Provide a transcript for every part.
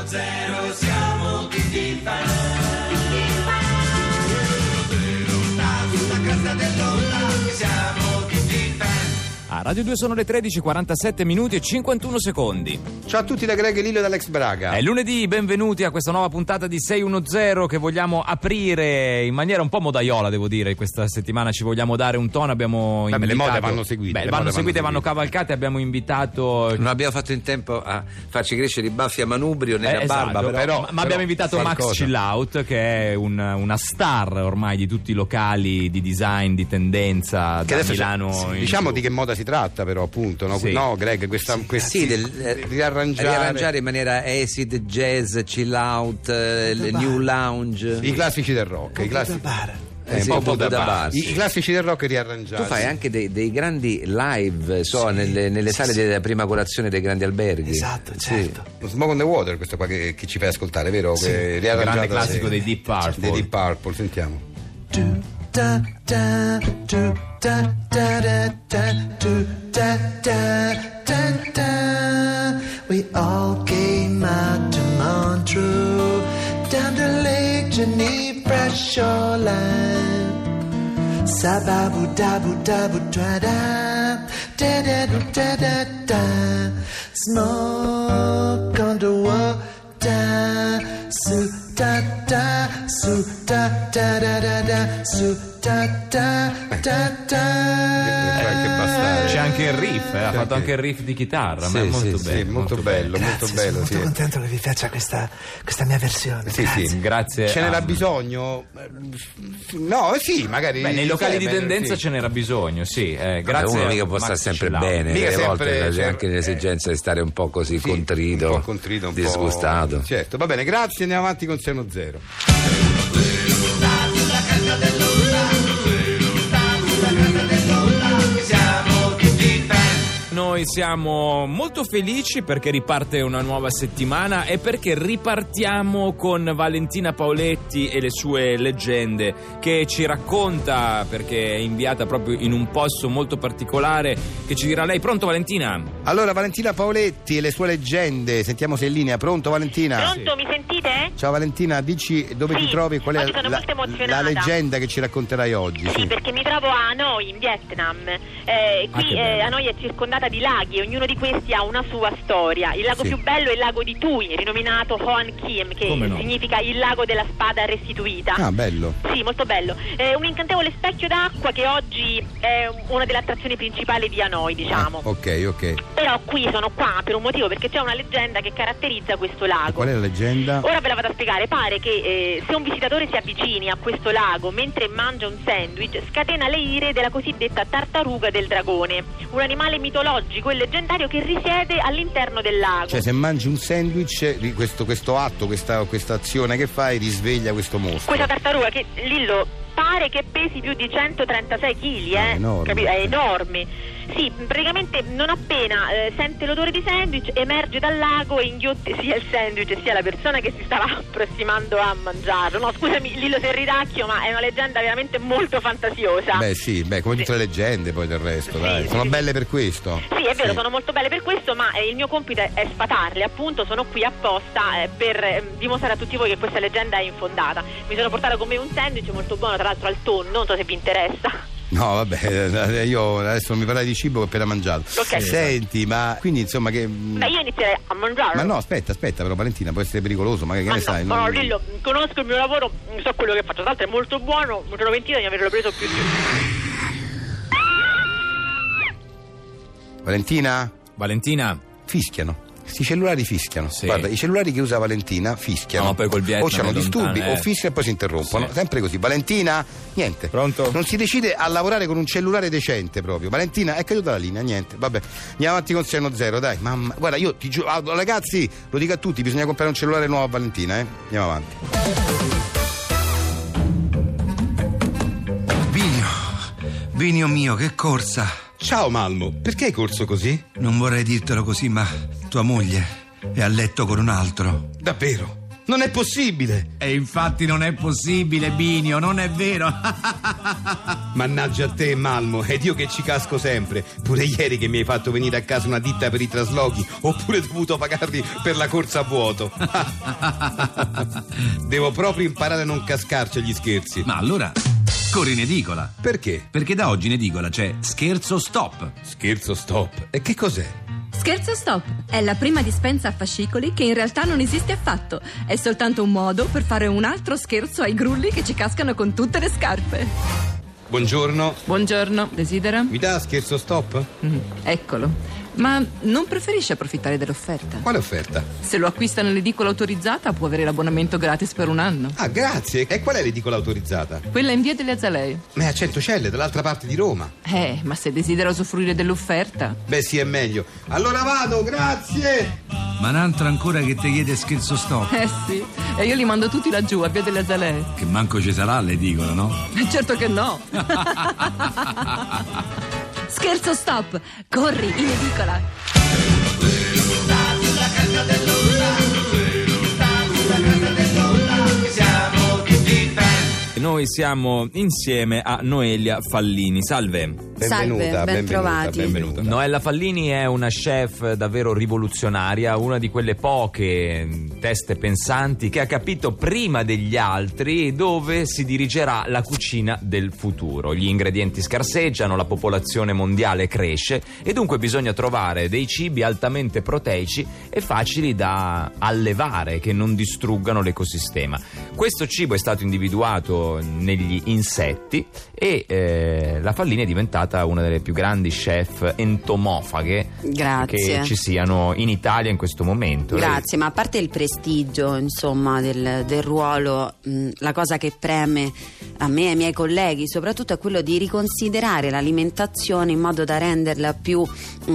100 siamo tutti fan. Sulla cresta dell'onda siamo tutti fan. A Radio 2 sono le 13:47 minuti e 51 secondi. Ciao a tutti da Greg Lillo e dall'Ex Braga. È lunedì, benvenuti a questa nuova puntata di 610 che vogliamo aprire in maniera un po' modaiola, devo dire. Questa settimana ci vogliamo dare un tono, abbiamo invitato... Le mode vanno seguite. Vanno seguite, vanno cavalcate, abbiamo invitato... Non abbiamo fatto in tempo a farci crescere i baffi a manubrio nella barba, esatto, ma abbiamo invitato Max Chillout, che è una star ormai di tutti i locali di design, di tendenza, che da Milano. Diciamo di che moda si tratta, però, appunto, no? Sì. No, Greg, riarrangiare in maniera acid, jazz, chill out, new lounge, i classici del rock, i classici un po' da bar. I classici del rock riarrangiati. Tu fai anche dei grandi live, nelle sale della prima colazione dei grandi alberghi. Esatto, certo. Smoke on the Water, questo qua che ci fai ascoltare, vero? Sì. Il grande classico dei Deep Purple. Dei Deep Purple, sentiamo. We all came out to Montreux, down the Lake Geneva shoreline. Sababu dabu dabu da da da da da da da. Smoke on the water, su da da, su da da da da da, su da da da da. C'è anche il riff, ha fatto anche il riff di chitarra, ma è molto bello. Sì, molto bello, Grazie, molto bello. Sono molto contento che vi piaccia questa mia versione. Sì, grazie. Ce n'era bisogno? No, sì, magari. Beh, nei locali di tendenza ce n'era bisogno, sì. Grazie. Uno mica può stare sempre bene, mica delle sempre, volte c'è anche l'esigenza di stare un po' così contrito, un disgustato. Po'. Certo, va bene, grazie, andiamo avanti con 610. Noi siamo molto felici perché riparte una nuova settimana e perché ripartiamo con Valentina Paoletti e le sue leggende, che ci racconta, perché è inviata proprio in un posto molto particolare, che ci dirà lei. Pronto, Valentina? Allora, Valentina Paoletti e le sue leggende, sentiamo se è in linea. Pronto, Valentina? Pronto, mi sentite? Ciao Valentina, dici dove ti trovi, qual è la leggenda che ci racconterai oggi? Sì, perché mi trovo a Hanoi, in Vietnam. Qui Hanoi è circondata di laghi, ognuno di questi ha una sua storia. Il lago più bello è il lago di Tui, rinominato Hoan Kiem, che significa il lago della spada restituita. Ah, bello. Sì, molto bello. Un incantevole specchio d'acqua che oggi è una delle attrazioni principali di Hanoi, diciamo. Ok. Però qui sono qua per un motivo, perché c'è una leggenda che caratterizza questo lago. Qual è la leggenda? Ora ve la vado a spiegare. Pare che se un visitatore si avvicini a questo lago mentre mangia un sandwich, scatena le ire della cosiddetta tartaruga del dragone, un animale mitologico e leggendario che risiede all'interno del lago. Cioè, se mangi un sandwich, questo atto, questa azione che fai risveglia questo mostro. Questa tartaruga che, Lillo, pare che pesi più di 136 kg, enorme. È enorme. Sì, praticamente non appena sente l'odore di sandwich, emerge dal lago e inghiotte sia il sandwich sia la persona che si stava approssimando a mangiarlo. No, scusami Lillo se ridacchio, ma è una leggenda veramente molto fantasiosa. Come tutte le leggende poi del resto, dai. Sono belle per questo. Sì, è vero, sono molto belle per questo, ma il mio compito è sfatarle, appunto. Sono qui apposta per dimostrare a tutti voi che questa leggenda è infondata. Mi sono portata con me un sandwich molto buono, tra l'altro al tonno, non so se vi interessa. No, vabbè, io adesso non mi parlai di cibo che ho appena mangiato. Okay. Senti, ma quindi insomma che... Beh, io inizierei a mangiare. Ma no, aspetta, però Valentina, può essere pericoloso, ma che ne sai? No, Lillo, conosco il mio lavoro, so quello che faccio, tra l'altro è molto buono, mi sono pentita di averlo preso più. Valentina? Fischiano. Questi cellulari fischiano. Sì. Guarda, i cellulari che usa Valentina fischiano. No, poi col Vietnam o c'hanno disturbi o fischiano e poi si interrompono. Sì. Sempre così. Valentina? Niente. Pronto? Non si decide a lavorare con un cellulare decente proprio. Valentina, è caduta la linea, niente. Vabbè. Andiamo avanti con 610, dai. Mamma. Guarda, io ti giuro, ragazzi, lo dico a tutti, bisogna comprare un cellulare nuovo a Valentina, Andiamo avanti. Binio mio, che corsa! Ciao Malmo, perché hai corso così? Non vorrei dirtelo così, ma tua moglie è a letto con un altro. Davvero? Non è possibile. E infatti non è possibile, Binio, non è vero. Mannaggia a te, Malmo, ed io che ci casco sempre. Pure ieri che mi hai fatto venire a casa una ditta per i traslochi, oppure dovuto pagarli per la corsa a vuoto. Devo proprio imparare a non cascarci agli scherzi. Ma allora corri in edicola. Perché? Perché da oggi in edicola c'è Scherzo Stop. Scherzo stop. E che cos'è? Scherzo Stop è la prima dispensa a fascicoli che in realtà non esiste affatto. È soltanto un modo per fare un altro scherzo ai grulli che ci cascano con tutte le scarpe. Buongiorno. Buongiorno, desidera? Mi dà scherzo stop? Eccolo. Ma non preferisce approfittare dell'offerta? Quale offerta? Se lo acquista nell'edicola autorizzata può avere l'abbonamento gratis per un anno. Ah, grazie. E qual è l'edicola autorizzata? Quella in via delle Azalee. Ma è a Centocelle, dall'altra parte di Roma. Ma se desidera usufruire dell'offerta. Beh, sì, è meglio. Allora vado, grazie. Ma un altro ancora che ti chiede Scherzo Stop. Sì, e io li mando tutti laggiù, a via delle Azalee. Che manco ci sarà l'edicola, no? Certo che no. Scherzo Stop, corri in edicola. Siamo tutti fan. Noi siamo insieme a Noelia Fallini. Salve. Benvenuta, ben trovati. benvenuta. Noelia Fallini è una chef davvero rivoluzionaria, una di quelle poche teste pensanti che ha capito prima degli altri dove si dirigerà la cucina del futuro. Gli ingredienti scarseggiano, la popolazione mondiale cresce e dunque bisogna trovare dei cibi altamente proteici e facili da allevare, che non distruggano l'ecosistema. Questo cibo è stato individuato negli insetti e la Fallini è diventata una delle più grandi chef entomofaghe Grazie. che ci siano in Italia in questo momento. Grazie, ma a parte il prestigio, insomma, del ruolo, la cosa che preme a me e ai miei colleghi soprattutto è quello di riconsiderare l'alimentazione in modo da renderla più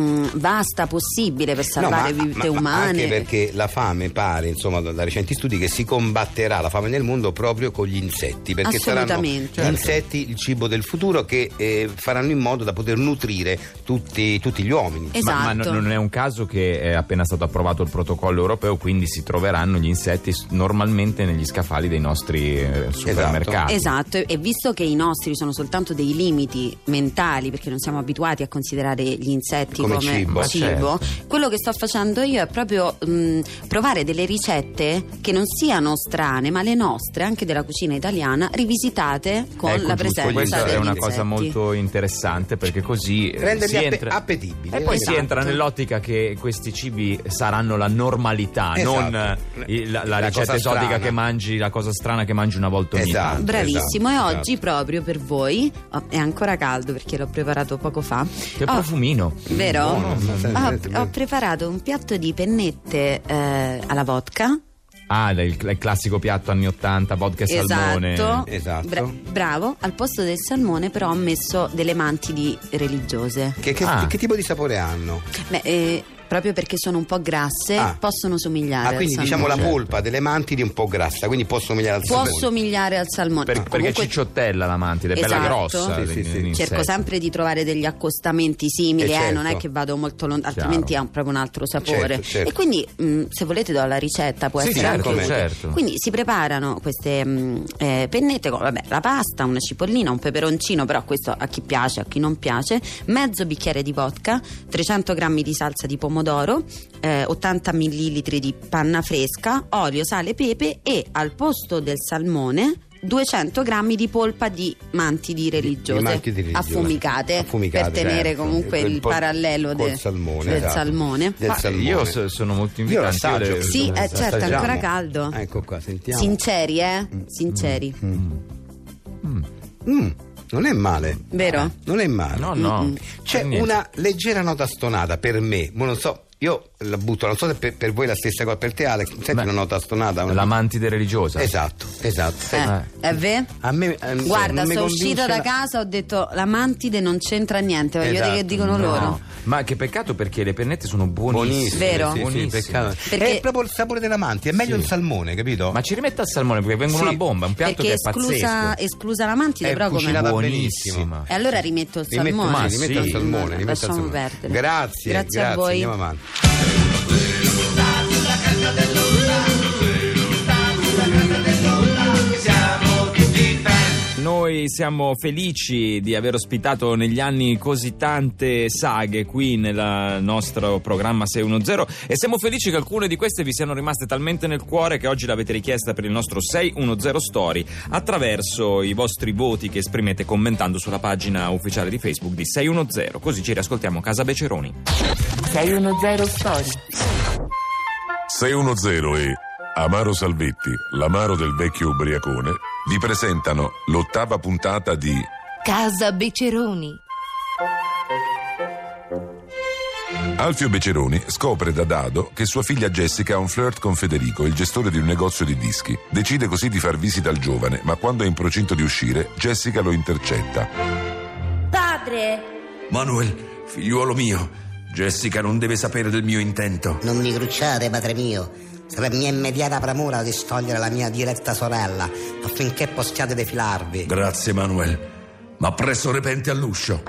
vasta possibile per salvare vite umane. Anche perché la fame pare, insomma, da recenti studi, che si combatterà la fame nel mondo proprio con gli insetti, perché saranno gli insetti il cibo del futuro che faranno in modo da poter nutrire tutti gli uomini. Esatto. Ma non è un caso che è appena stato approvato il protocollo europeo, quindi si troveranno gli insetti normalmente negli scaffali dei nostri supermercati. Esatto, e visto che i nostri sono soltanto dei limiti mentali, perché non siamo abituati a considerare gli insetti come cibo, certo. Quello che sto facendo io è proprio provare delle ricette che non siano strane, ma le nostre, anche della cucina italiana, rivisitate con la presenza questa degli è una insetti. cosa molto interessante, perché così renderli si entra appetibili. e poi Esatto. si entra nell'ottica che questi cibi saranno la normalità, Esatto. non la ricetta cosa esotica strana. che mangi, la cosa strana che mangi una volta ogni Esatto. tanto. Bravissimo, Esatto. e oggi proprio per voi è ancora caldo perché l'ho preparato poco fa. Che profumino. Vero? Buono, Ho preparato un piatto di pennette alla vodka. Ah, il classico piatto anni 80, vodka e salmone. Esatto. Bravo, al posto del salmone però ho messo delle mantidi religiose. Che tipo di sapore hanno? Beh, proprio perché sono un po' grasse, possono somigliare al quindi salmone. diciamo la polpa delle mantidi è un po' grassa, quindi può somigliare al Può salmone. somigliare al salmone. Perché Comunque cicciottella la mantide, è bella Esatto. grossa. Sì, sì. in cerco sé. sempre di trovare degli accostamenti simili, certo. non è che vado molto lontano, altrimenti ha proprio un altro sapore. Certo. E quindi se volete do la ricetta, può Sì, essere certo, anche utile. certo. Quindi si preparano queste pennette con la pasta, una cipollina, un peperoncino, però questo a chi piace, a chi non piace, mezzo bicchiere di vodka, 300 grammi di salsa di pomodoro, 80 millilitri di panna fresca, olio, sale, pepe e al posto del salmone 200 grammi di polpa di mantidi religiose, affumicate per tenere certo. comunque il parallelo col del salmone. salmone. Del salmone. Io sono molto invitante. assaggio. Sì, certo, è assaggiamo. ancora caldo. Ecco qua, sentiamo. Sinceri, sinceri. Non è male. Vero? Non è male. No. C'è niente. una leggera nota stonata per me, ma non so, io la butto, non so se per voi è la stessa cosa, per te Alex, senti una nota stonata? La mantide religiosa. Esatto. È vero? A me Guarda, non mi sono convince uscita da casa, ho detto la mantide non c'entra niente, voglio vedere che dicono loro. Ma che peccato, perché le pennette sono buonissime. Vero? Sì, Buonissime. peccato. Perché- È proprio il sapore della mantide, è meglio il salmone, capito? Ma ci rimetta il salmone, perché vengono una bomba, un piatto Perché che è pazzesco. esclusa la mantide, È però come? cucinata Buonissima. benissimo. E allora rimetto il Rimetto salmone. il salmone, rimetto il Lasciamo salmone. perdere. Grazie a voi. andiamo avanti. siamo felici di aver ospitato negli anni così tante saghe qui nel nostro programma 610 e siamo felici che alcune di queste vi siano rimaste talmente nel cuore che oggi l'avete richiesta per il nostro 610 Story attraverso i vostri voti che esprimete commentando sulla pagina ufficiale di Facebook di 610. Così ci riascoltiamo Casa Beceroni. 610 Story. 610 e Amaro Salvetti, l'amaro del vecchio ubriacone, vi presentano l'8ª puntata di Casa Beceroni. Alfio Beceroni scopre da dado che sua figlia Jessica ha un flirt con Federico, il gestore di un negozio di dischi. Decide così di far visita al giovane, ma quando è in procinto di uscire, Jessica lo intercetta. Padre! Manuel, figliuolo mio, Jessica non deve sapere del mio intento. Non mi crucciate, padre mio. Sarà mia immediata premura distogliere la mia diretta sorella affinché possiate defilarvi. Grazie, Manuel, ma presso repente all'uscio.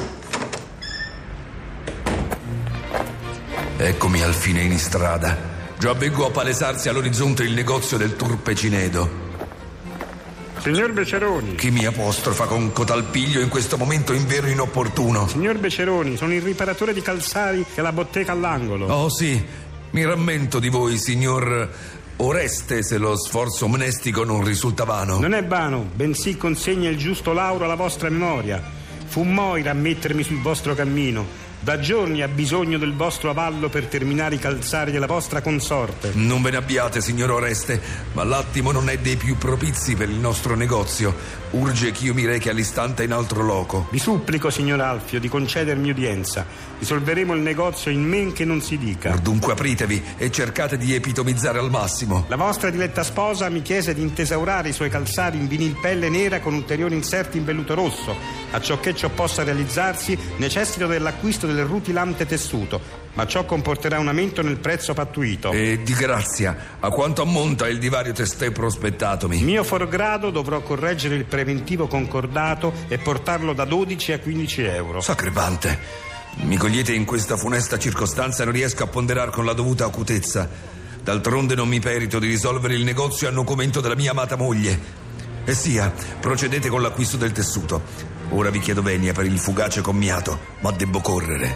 Eccomi al fine in strada. Già vengo a palesarsi all'orizzonte il negozio del Turpecinedo. Signor Beceroni. Chi mi apostrofa con cotal piglio in questo momento invero inopportuno? Signor Beceroni, sono il riparatore di calzari che ha la bottega all'angolo. Oh sì, mi rammento di voi, signor Oreste, se lo sforzo mnestico non risulta vano. Non è vano, bensì consegna il giusto lauro alla vostra memoria. Fu Moira a mettermi sul vostro cammino. Da giorni ha bisogno del vostro avallo per terminare i calzari della vostra consorte. Non ve ne abbiate, signor Oreste, ma l'attimo non è dei più propizi per il nostro negozio. Urge che io mi rechi all'istante in altro loco. Vi supplico, signor Alfio, di concedermi udienza. Risolveremo il negozio in men che non si dica. Dunque apritevi e cercate di epitomizzare al massimo. La vostra diletta sposa mi chiese di intesaurare i suoi calzari in vinilpelle nera con ulteriori inserti in velluto rosso. A ciò che ciò possa realizzarsi necessito dell'acquisto del rutilante tessuto, ma ciò comporterà un aumento nel prezzo pattuito. E di grazia, a quanto ammonta il divario testé prospettatomi? Mio for grado dovrò correggere il preventivo concordato e portarlo da 12 a 15 euro. Sacrepante, mi cogliete in questa funesta circostanza e non riesco a ponderar con la dovuta acutezza. D'altronde non mi perito di risolvere il negozio a nocumento della mia amata moglie. E sia, procedete con l'acquisto del tessuto. Ora vi chiedo venia per il fugace commiato, ma debbo correre.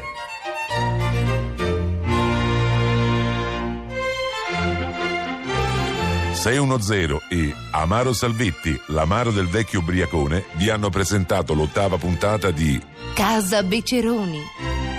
.610 e Amaro Salvetti, l'amaro del vecchio ubriacone, vi hanno presentato l'8ª puntata di Casa Beceroni.